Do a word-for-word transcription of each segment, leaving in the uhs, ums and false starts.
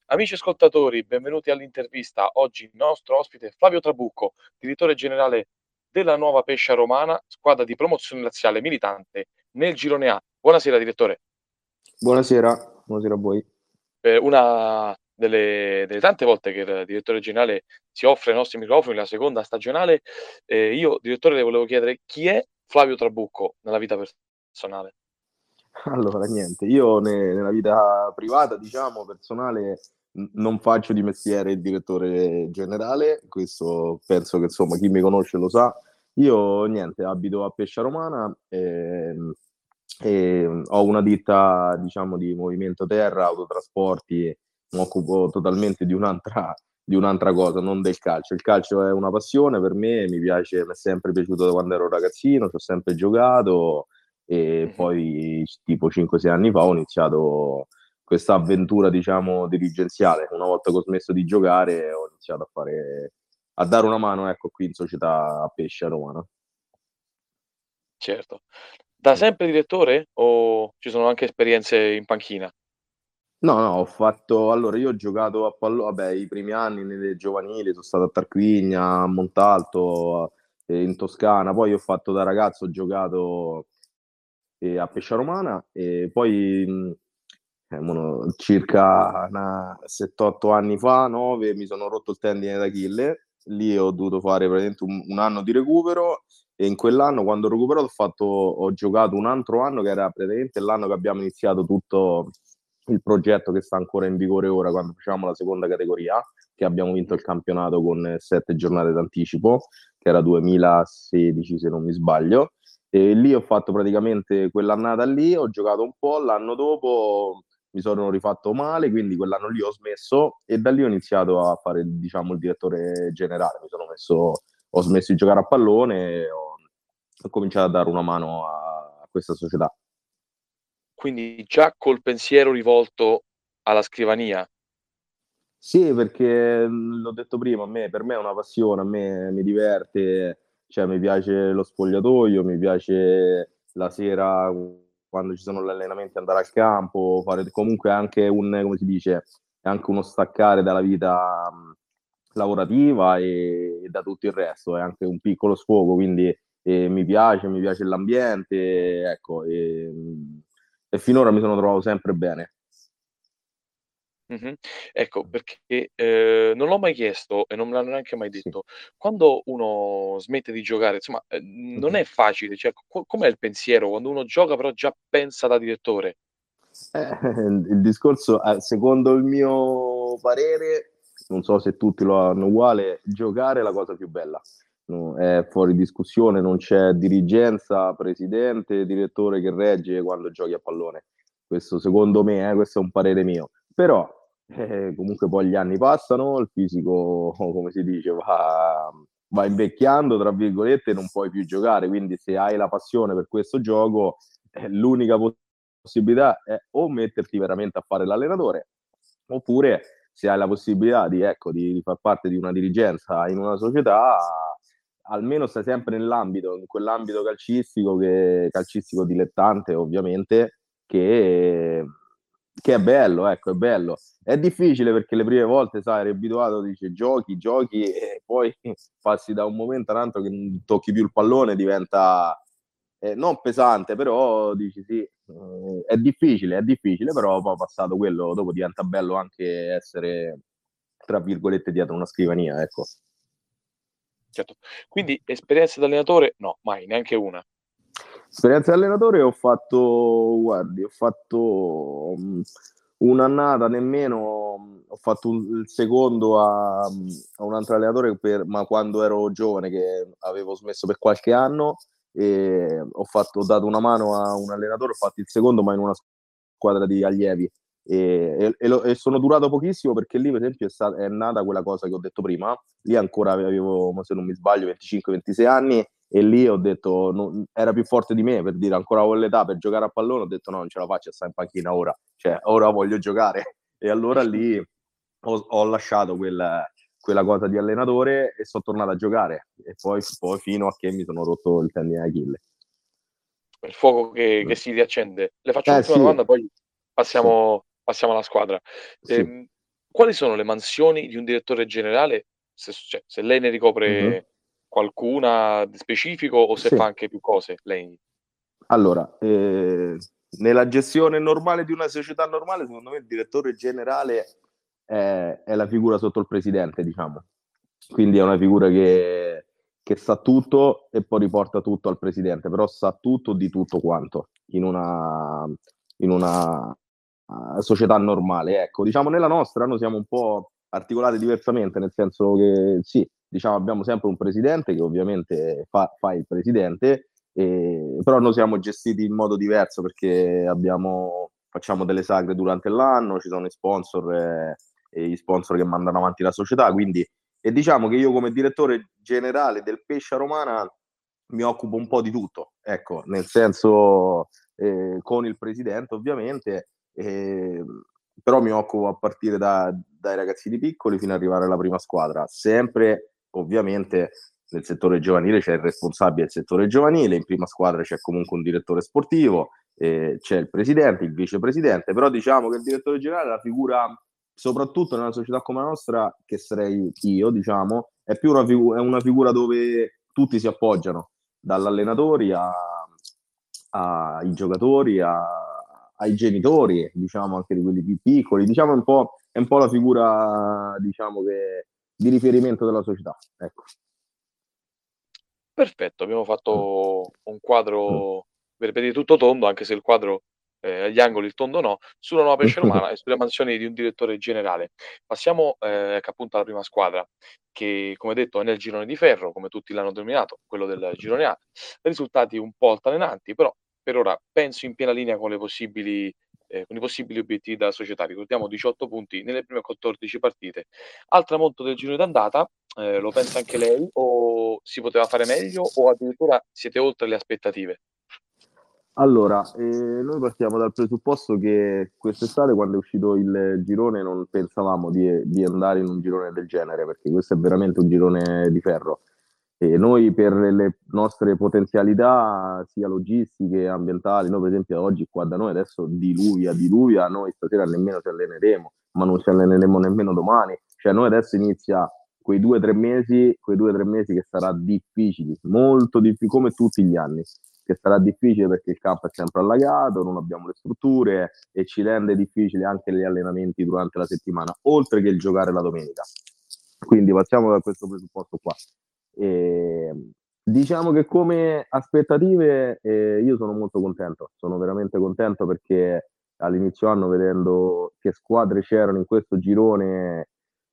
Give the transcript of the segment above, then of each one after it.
Amici ascoltatori, benvenuti all'intervista. Oggi il nostro ospite è Flavio Trabucco, direttore generale della Nuova Pescia Romana, squadra di promozione laziale militante nel Girone A. Buonasera direttore. Buonasera, buonasera a voi. Eh, una delle, delle tante volte che il direttore generale si offre ai nostri microfoni, la seconda stagionale, eh, io direttore le volevo chiedere chi è Flavio Trabucco nella vita personale. Allora, niente, io ne- nella vita privata, diciamo, personale, n- non faccio di mestiere il direttore generale, questo penso che insomma chi mi conosce lo sa. Io, niente, abito a Pescia Romana e, e ho una ditta, diciamo, di movimento terra, autotrasporti, mi occupo totalmente di un'altra di un'altra cosa, non del calcio. Il calcio è una passione per me, mi piace, mi è sempre piaciuto da quando ero ragazzino, ci ho sempre giocato e Mhm. poi tipo cinque sei anni fa ho iniziato questa avventura, diciamo, dirigenziale. Una volta che ho smesso di giocare ho iniziato a fare, a dare una mano, ecco, qui in società a Pesce a Roma. No? Certo. Da sempre direttore o ci sono anche esperienze in panchina? No, no, ho fatto. Allora, io ho giocato a pallone, vabbè, i primi anni nelle giovanili, sono stato a Tarquinia, a Montalto, eh, in Toscana, poi ho fatto da ragazzo, ho giocato eh, a Pescia Romana e poi mh, eh, mono- circa sette otto anni fa, nove, mi sono rotto il tendine d'Achille, lì ho dovuto fare praticamente un, un anno di recupero e in quell'anno quando ho recuperato ho fatto, ho giocato un altro anno che era praticamente l'anno che abbiamo iniziato tutto il progetto che sta ancora in vigore ora quando facciamo la seconda categoria, che abbiamo vinto il campionato con sette giornate d'anticipo, che era duemilasedici se non mi sbaglio. E lì ho fatto praticamente quell'annata lì, ho giocato un po', l'anno dopo mi sono rifatto male, quindi quell'anno lì ho smesso e da lì ho iniziato a fare, diciamo, il direttore generale. Mi sono messo, ho smesso di giocare a pallone e ho, ho cominciato a dare una mano a, a questa società. Quindi già col pensiero rivolto alla scrivania. Sì, perché mh, l'ho detto prima, a me, per me è una passione, a me mi diverte, cioè mi piace lo spogliatoio, mi piace la sera quando ci sono gli allenamenti andare al campo, fare comunque anche un, come si dice, è anche uno staccare dalla vita mh, lavorativa e, e da tutto il resto, è anche un piccolo sfogo, quindi eh, mi piace, mi piace l'ambiente, ecco, e, mh, e finora mi sono trovato sempre bene. Mh-mh. Ecco, perché, ehm, non l'ho mai chiesto e non me l'hanno neanche mai Sì. detto. Quando uno smette di giocare, insomma, ehm, non Mhm. è facile, cioè co com'è il pensiero quando uno gioca però già pensa da direttore? Eh, il discorso, eh, secondo il mio parere, non so se tutti lo hanno uguale, giocare è la cosa più bella. No, è fuori discussione, non c'è dirigenza, presidente, direttore che regge quando giochi a pallone. Questo secondo me, eh, questo è un parere mio. Però eh, comunque poi gli anni passano, il fisico, come si dice, va, va invecchiando, tra virgolette, e non puoi più giocare. Quindi se hai la passione per questo gioco, eh, l'unica possibilità è o metterti veramente a fare l'allenatore, oppure se hai la possibilità di, ecco, di, di far parte di una dirigenza in una società, almeno stai sempre nell'ambito, in quell'ambito calcistico, che, calcistico dilettante ovviamente, che, che è bello, ecco, è bello. È difficile perché le prime volte, sai, eri abituato, dice giochi, giochi e poi passi da un momento all'altro che non tocchi più il pallone, diventa eh, non pesante, però dici sì, eh, è difficile, è difficile, però poi passato quello, dopo diventa bello anche essere, tra virgolette, dietro una scrivania, ecco. Certo. Quindi esperienza da allenatore no, mai, neanche una. Esperienza di allenatore ho fatto, guardi, ho fatto um, un'annata nemmeno, um, ho fatto un- il secondo a, a un altro allenatore, per- ma quando ero giovane, che avevo smesso per qualche anno, e ho, fatto, ho dato una mano a un allenatore, ho fatto il secondo, ma in una squadra di allievi. E, e- e lo- e sono durato pochissimo perché lì, per esempio, è, sta- è nata quella cosa che ho detto prima. Lì ancora avevo, se non mi sbaglio, venticinque ventisei anni e lì ho detto, non, era più forte di me per dire ancora con l'età per giocare a pallone, ho detto no, non ce la faccio a stare in panchina ora, cioè ora voglio giocare e allora lì ho, ho lasciato quel, quella cosa di allenatore e sono tornato a giocare e poi, poi fino a che mi sono rotto il tendine d'Achille. Il fuoco che che si riaccende. Le faccio Eh un'ultima sì, domanda, poi sì, passiamo passiamo alla squadra. sì. Ehm, quali sono le mansioni di un direttore generale, se s cioè, se lei ne Mh-mh. ricopre qualcuna di specifico o se Sì. fa anche più cose lei? Allora, ehm, nella gestione normale di una società normale, secondo me il direttore generale è è la figura sotto il presidente, diciamo. Quindi è una figura che che sa tutto e poi riporta tutto al presidente, però sa tutto di tutto quanto in una in una, uhm, società normale, ecco. Diciamo nella nostra noi siamo un po' articolati diversamente, nel senso che sì, diciamo abbiamo sempre un presidente che ovviamente fa fa il presidente, ehm, però noi siamo gestiti in modo diverso perché abbiamo facciamo delle sagre durante l'anno, ci sono i sponsor e e gli sponsor che mandano avanti la società, quindi e diciamo che io come direttore generale del Pescia Romana mi occupo un po' di tutto, ecco, nel senso, ehm, con il presidente ovviamente, ehm, però mi occupo a partire da dai ragazzini piccoli fino ad arrivare alla prima squadra. Sempre ovviamente nel settore giovanile c'è il responsabile del settore giovanile, in prima squadra c'è comunque un direttore sportivo, ehm, c'è il presidente, il vicepresidente, però diciamo che il direttore generale è la figura soprattutto nella società come la nostra, che sarei io diciamo, è più una figu è una figura dove tutti si appoggiano, dall'allenatori a ai giocatori, a ai genitori, diciamo anche di quelli più piccoli. Diciamo è un po' è un po' la figura, diciamo che di riferimento della società, ecco. Perfetto, abbiamo Mh. fatto un Mh. quadro per vedere tutto tondo, anche se il quadro, ehm, agli angoli il tondo no, sulla nuova Pesce Romana e sulle mansioni di un direttore generale. Passiamo, ehm, ecco appunto alla prima squadra, che come detto è nel girone di ferro, come tutti l'hanno denominato, quello del girone A. Risultati un po' altalenanti, però per ora penso in piena linea con le possibili ehm, con i possibili obiettivi della società. Ricordiamo diciotto punti nelle prime quattordici partite. Al tramonto del girone d'andata, ehm, lo pensa anche lei o si poteva fare meglio o addirittura siete oltre le aspettative? Allora, ehm, noi partiamo dal presupposto che quest'estate quando è uscito il girone non pensavamo di e di andare in un girone del genere, perché questo è veramente un girone di ferro. E noi per le nostre potenzialità sia logistiche, ambientali, noi per esempio oggi qua da noi adesso diluvia, diluvia, noi stasera nemmeno ci alleneremo, ma non ci alleneremo nemmeno domani. Cioè noi adesso inizia quei due, tre mesi quei due, tre mesi che sarà difficili, molto diffi come tutti gli anni, che sarà difficile perché il campo è sempre allagato, non abbiamo le strutture e ci rende difficile anche gli allenamenti durante la settimana, oltre che il giocare la domenica. Quindi partiamo da questo presupposto qua. Ehm, diciamo che come aspettative, ehm, io sono molto contento, sono veramente contento perché all'inizio anno vedendo che squadre c'erano in questo girone,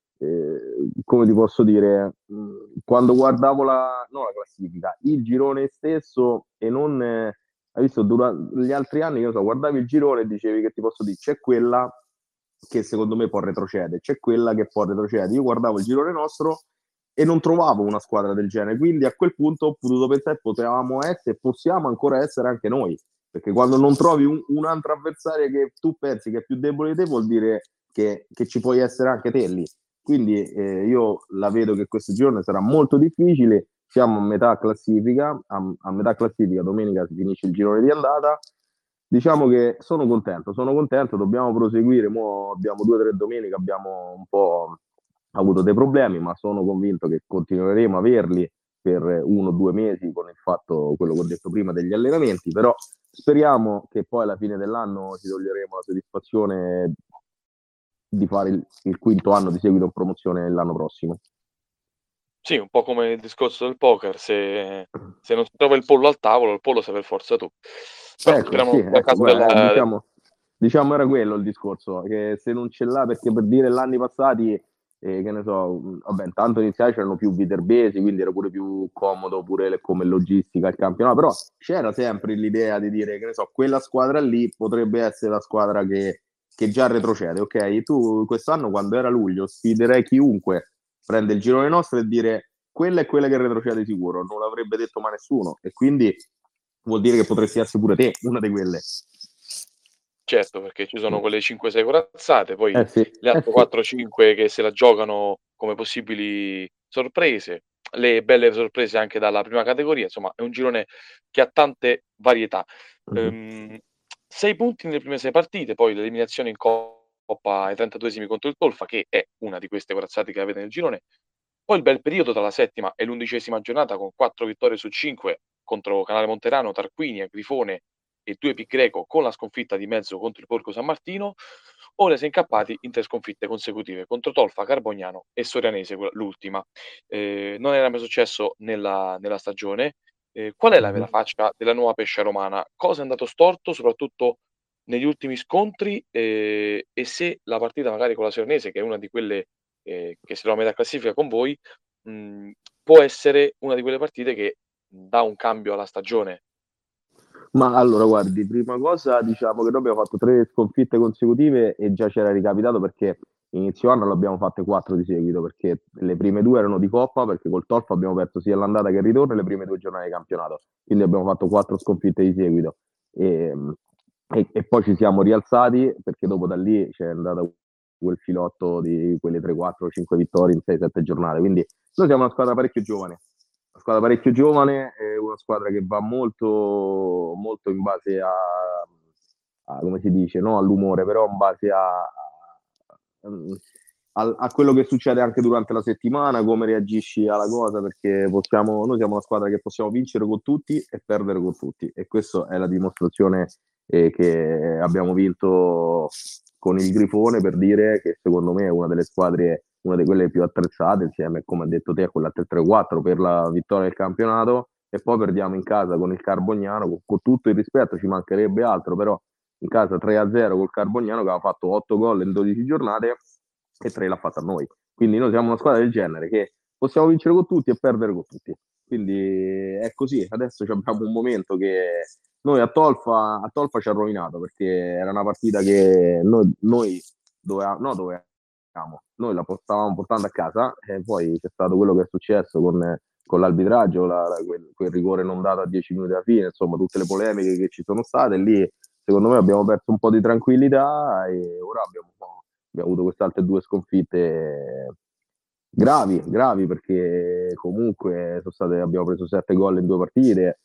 ehm, come ti posso dire, mhmm, quando guardavo la non la classifica, il girone stesso e non hai visto dura gli altri anni, che ne so, guardavi il girone e dicevi che ti posso dire: "C'è quella che secondo me può retrocedere, c'è quella che può retrocedere". Io guardavo il girone nostro e non trovavo una squadra del genere, quindi a quel punto ho potuto pensare potevamo essere e possiamo ancora essere anche noi, perché quando non trovi un un'altra avversaria che tu pensi che è più debole di te, vuol dire che che ci puoi essere anche te lì. Quindi, ehm, io la vedo che questo girone sarà molto difficile, siamo a metà classifica, a m a metà classifica, domenica si finisce il girone di andata. Diciamo che sono contento, sono contento, dobbiamo proseguire, mo' abbiamo due, tre domeniche, abbiamo un po' avuto dei problemi, ma sono convinto che continueremo a averli per uno o due mesi con il fatto quello che ho detto prima degli allenamenti, però speriamo che poi alla fine dell'anno ci toglieremo la soddisfazione di fare il il quinto anno di seguito in promozione l'anno prossimo. Sì, un po' come il discorso del poker, se se non si trova il pollo al tavolo, il pollo sei per forza tu. Però Ecco, speriamo sì, non sia il ecco, caso guarda, eh, del diciamo diciamo era quello il discorso, che se non ce l'ha perché per dire l'anni passati, ehm, che ne so, mhmm, vabbè intanto iniziali c'erano più viterbesi, quindi era pure più comodo pure le come logistica il campionato, però c'era sempre l'idea di dire, che ne so, quella squadra lì potrebbe essere la squadra che che già retrocede, okay, tu quest'anno quando era luglio sfiderei chiunque prende il girone nostro e dire: "Quella è quella che retrocede sicuro", non l'avrebbe detto mai nessuno e quindi vuol dire che potresti essere pure te una di quelle. certo, perché ci Mh. sono quelle cinque, sei corazzate, poi Eh sì, le eh altre sì. quattro, cinque che se la giocano come possibili sorprese, le belle sorprese anche dalla prima categoria, insomma è un girone che ha tante varietà. Mh-mh. Ehm, sei punti nelle prime sei partite, poi l'eliminazione in co Coppa ai trentaduesimi contro il Tolfa, che è una di queste corazzate che avete nel girone. Poi il bel periodo tra la settima e l'undicesima giornata con quattro vittorie su cinque contro Canale Monterano, Tarquinia, Grifone e due Pi Greco, con la sconfitta di mezzo contro il Borgo San Martino. Ora si è incappati in tre sconfitte consecutive contro Tolfa, Carbognano e Sorianese, quella- l'ultima. Eh, non era mai successo nella, nella stagione. Eh, qual è la vera Mhm. faccia della nuova Pescia Romana? Cosa è andato storto, soprattutto negli ultimi scontri, ehm, e se la partita magari con la Serenese, che è una di quelle, ehm, che si trova a metà classifica con voi, mhmm, può essere una di quelle partite che dà un cambio alla stagione. Ma allora, guardi, prima cosa diciamo che noi abbiamo fatto tre sconfitte consecutive e già c'era ricapitato perché inizio anno l'abbiamo fatte quattro di seguito, perché le prime due erano di Coppa, perché col Tolfa abbiamo perso sia l'andata che il ritorno e le prime due giornate di campionato, quindi abbiamo fatto quattro sconfitte di seguito. E, e- e poi ci siamo rialzati perché dopo da lì c'è andato quel filotto di quelle tre, quattro, cinque vittorie in sei sette giornate, quindi noi siamo una squadra parecchio giovane, una squadra parecchio giovane, è una squadra che va molto, molto in base a, a- come si dice, no all'umore, però in base a, a, a quello che succede anche durante la settimana, come reagisci alla cosa, perché possiamo, noi siamo una squadra che possiamo vincere con tutti e perdere con tutti, e questa è la dimostrazione eh, che abbiamo vinto con il Grifone, per dire che secondo me è una delle squadre, una di quelle più attrezzate, insieme, come ha detto te, a quella tre tre quattro per la vittoria del campionato, e poi perdiamo in casa con il Carbognano, con, con tutto il rispetto, ci mancherebbe altro, però in casa tre a zero col Carbognano che aveva fatto otto gol in dodici giornate e tre l'ha fatta a noi. Quindi noi siamo una squadra del genere che possiamo vincere con tutti e perdere con tutti. Quindi è così, adesso abbiamo un momento che noi a Tolfa, a Tolfa ci ha rovinato perché era una partita che noi, noi dovevamo, no, dovevamo, noi la stavamo portando a casa e poi c'è stato quello che è successo con, con l'arbitraggio, la, la, quel, quel, rigore non dato a dieci minuti alla fine, insomma tutte le polemiche che ci sono state. Lì secondo me abbiamo perso un po' di tranquillità e ora abbiamo, abbiamo avuto queste altre due sconfitte gravi, gravi perché comunque sono state, abbiamo preso sette gol in due partite.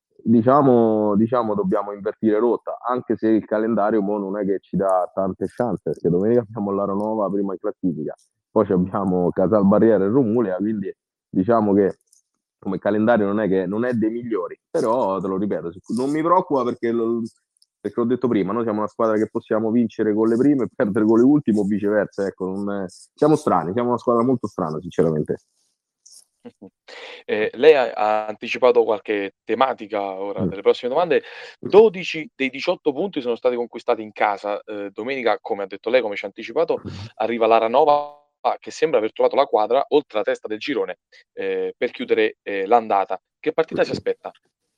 Diciamo, diciamo dobbiamo invertire rotta, anche se il calendario mo non è che ci dà tante chance, perché domenica abbiamo l'Aranova prima in classifica, poi abbiamo Casalbarriera e Romulia, quindi diciamo che come calendario non è, che, non è dei migliori, però te lo ripeto, non mi preoccupa perché, lo, perché l'ho detto prima, noi siamo una squadra che possiamo vincere con le prime e perdere con le ultime o viceversa, ecco, non è, siamo strani, siamo una squadra molto strana sinceramente. Mh-mh. Ehm, lei ha ha anticipato qualche tematica ora Mm. delle prossime domande. dodici dei diciotto punti sono stati conquistati in casa. Uhm, domenica, come ha detto lei, come ci ha anticipato, arriva l'Aranova che sembra aver trovato la quadra oltre la testa del girone, ehm, per chiudere, ehm, l'andata. Che partita si aspetta?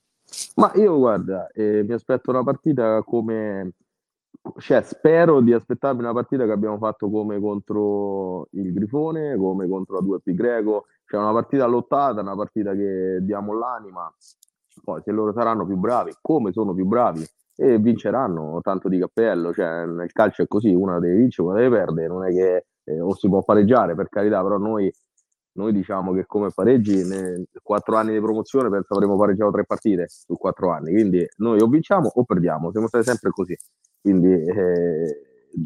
Ma io guarda, eh, mi aspetto una partita come, cioè spero di aspettarmi una partita che abbiamo fatto come contro il Grifone, come contro la due P Greco, cioè una partita lottata, una partita che diamo l'anima, poi se loro saranno più bravi, come sono più bravi, e vinceranno, tanto di cappello, cioè nel calcio è così, una deve vincere, una deve perdere, non è che eh, o si può pareggiare per carità, però noi noi diciamo che come pareggi, nei quattro anni di promozione, penso avremo pareggiato tre partite su quattro anni. Quindi noi o vinciamo o perdiamo, siamo stati sempre così. Quindi eh,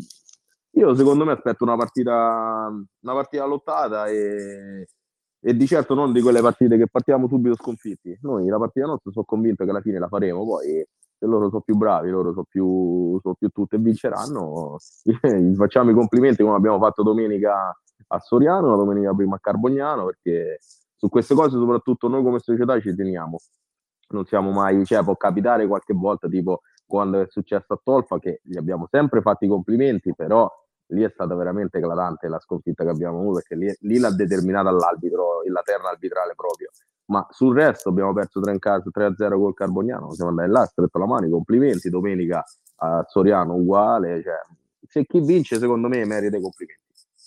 io secondo me aspetto una partita, una partita lottata e, e di certo non di quelle partite che partiamo subito sconfitti. Noi la partita nostra sono convinto che alla fine la faremo, poi se loro sono più bravi, loro sono più, sono più tutte e vinceranno, gli facciamo i complimenti come abbiamo fatto domenica a Soriano, la domenica prima a Carbognano, perché su queste cose soprattutto noi come società ci teniamo. Non siamo mai, cioè può capitare qualche volta, tipo quando è successo a Tolfa, che gli abbiamo sempre fatto i complimenti, però lì è stata veramente eclatante la sconfitta che abbiamo avuto, perché lì, lì l'ha determinata l'arbitro, la terra arbitrale proprio. Ma sul resto abbiamo perso tre a zero col Carbognano, siamo andati là, stretto la mano, i complimenti, domenica a Soriano uguale, cioè, se chi vince secondo me merita i complimenti.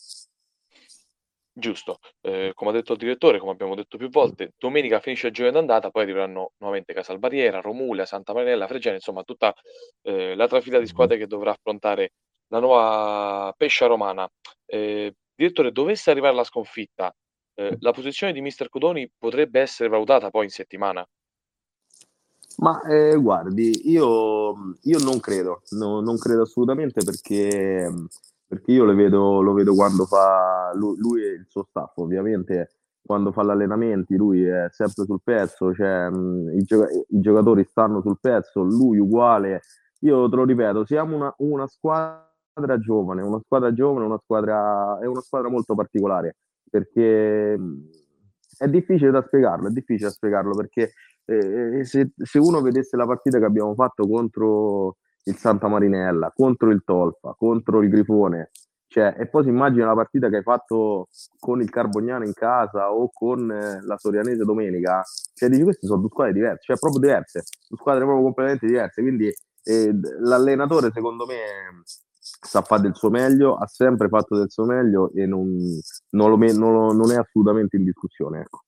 Giusto. Ehm, come ha detto il direttore, come abbiamo detto più volte, domenica finisce il girone d'andata, poi arriveranno nuovamente Casalbarriera, Romulia, Santa Marinella, Fregene, insomma tutta, ehm, la trafila di squadre che dovrà affrontare la nuova Pescia Romana. Ehm, direttore, dovesse arrivare la sconfitta, ehm, la posizione di mister Codoni potrebbe essere valutata poi in settimana? Ma eh, guardi, io, io non credo, no- non credo assolutamente perché, perché io lo vedo, lo vedo quando fa lui, lui e il suo staff, ovviamente, quando fa gli allenamenti, lui è sempre sul pezzo, cioè, mh, i, gioca- i giocatori stanno sul pezzo, lui uguale. Io te lo ripeto, siamo una, una squadra giovane, una squadra giovane, una squadra, è una squadra molto particolare, perché mh, è difficile da spiegarlo, è difficile da spiegarlo, perché eh, se, se uno vedesse la partita che abbiamo fatto contro il Santa Marinella, contro il Tolfa, contro il Grifone, cioè, e poi si immagina la partita che hai fatto con il Carbognano in casa o con eh, la Sorianese domenica, cioè dici queste sono due squadre diverse, cioè proprio diverse, due squadre proprio completamente diverse, quindi eh, l'allenatore secondo me sa fare del suo meglio, ha sempre fatto del suo meglio e non, non, lo me- non lo- non è assolutamente in discussione, ecco.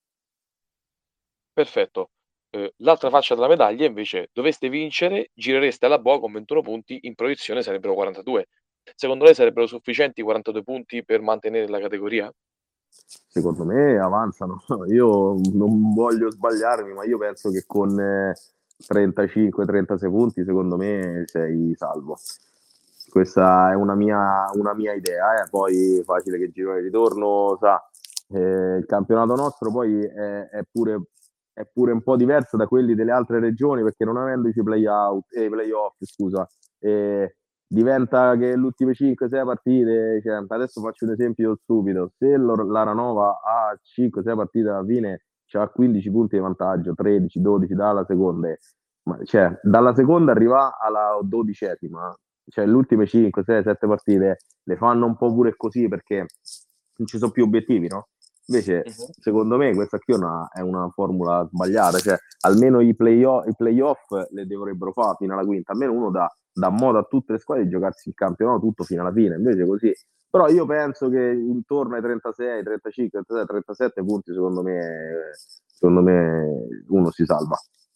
Perfetto. Uhm, l'altra faccia della medaglia invece, doveste vincere, girereste alla boa con ventuno punti, in proiezione sarebbero quarantadue. Secondo lei sarebbero sufficienti quarantadue punti per mantenere la categoria? Secondo me avanzano. Io non voglio sbagliarmi, ma io penso che con eh, trentacinque trentasei punti, secondo me sei salvo. Questa è una mia, una mia idea, eh. Poi facile che giro e ritorno, sa, eh, il campionato nostro poi è, è pure, è pure un po' diverso da quelli delle altre regioni perché non avendoci play-out, eh, play-off, scusa, eh, diventa che le ultime cinque sei partite, cioè, adesso faccio un esempio stupido, se l'Or- la Ranova ha cinque sei partite alla fine, c'ha quindici punti di vantaggio, tredici dodici dalla seconda, ma, cioè, dalla seconda arriva alla dodicesima, cioè le ultime cinque sei sette partite le fanno un po' pure così perché non ci sono più obiettivi, no? Invece, Mh-mh. secondo me, questa qui è una, è una formula sbagliata, cioè almeno i play-off, i play-off le dovrebbero fare fino alla quinta, almeno uno dà, dà modo a tutte le squadre di giocarsi il campionato tutto fino alla fine, invece così. Però io penso che intorno ai trentasei, trentacinque, trentasei, trentasette punti, secondo me, secondo me uno si salva.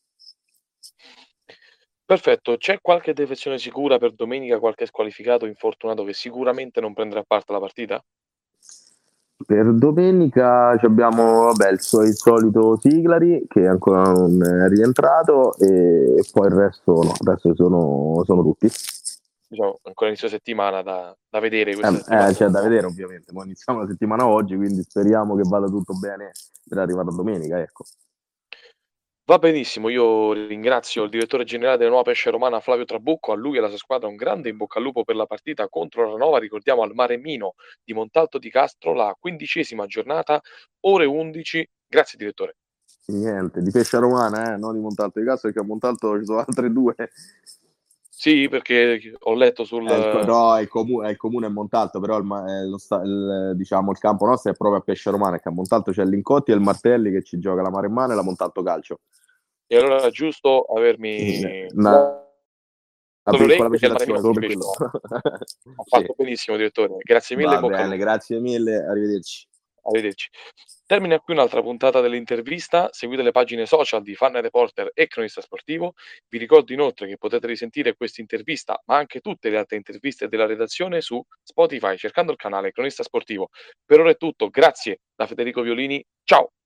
Perfetto, c'è qualche defezione sicura per domenica, qualche squalificato infortunato che sicuramente non prenderà parte alla partita? Per domenica ci abbiamo vabbè, il, so- il solito Siglari che ancora non è rientrato e poi il resto no, il resto sono, sono tutti. Diciamo, ancora inizio settimana da da vedere Eh, questa settimana. eh, c'è da vedere ovviamente, poi iniziamo la settimana oggi, quindi speriamo che vada tutto bene per arrivare a domenica, ecco. Va benissimo, io ringrazio il direttore generale della Nuova Pesce Romana Flavio Trabucco, a lui e alla sua squadra un grande in bocca al lupo per la partita contro la Ranova, ricordiamo al Mare Mino di Montalto di Castro, la quindicesima giornata, ore undici. Grazie direttore. Niente, di pesce romana, eh, non di Montalto di Castro, perché a Montalto ci sono altre due. Sì, perché ho letto sul È il, co- no, è il, comu- è il comune è Montalto, però il, ma- è lo sta- il- diciamo, il campo nostro è proprio a Pesce Romano, che a Montalto c'è l'Incotti e il Martelli che ci gioca la Maremmana e la Montalto Calcio. e allora è giusto avermi Una, una dato piccola l'orecchio che al Mare precisazione Mino si solo per quello. pescano. Ha Sì, fatto benissimo direttore, grazie mille, in va bocca al bene, lupo. grazie mille, arrivederci. Arrivederci. Termina qui un'altra puntata dell'intervista. Seguite le pagine social di Fan Reporter e Cronista Sportivo. Vi ricordo inoltre che potete risentire questa intervista, ma anche tutte le altre interviste della redazione su Spotify cercando il canale Cronista Sportivo. Per ora è tutto, grazie da Federico Violini. Ciao!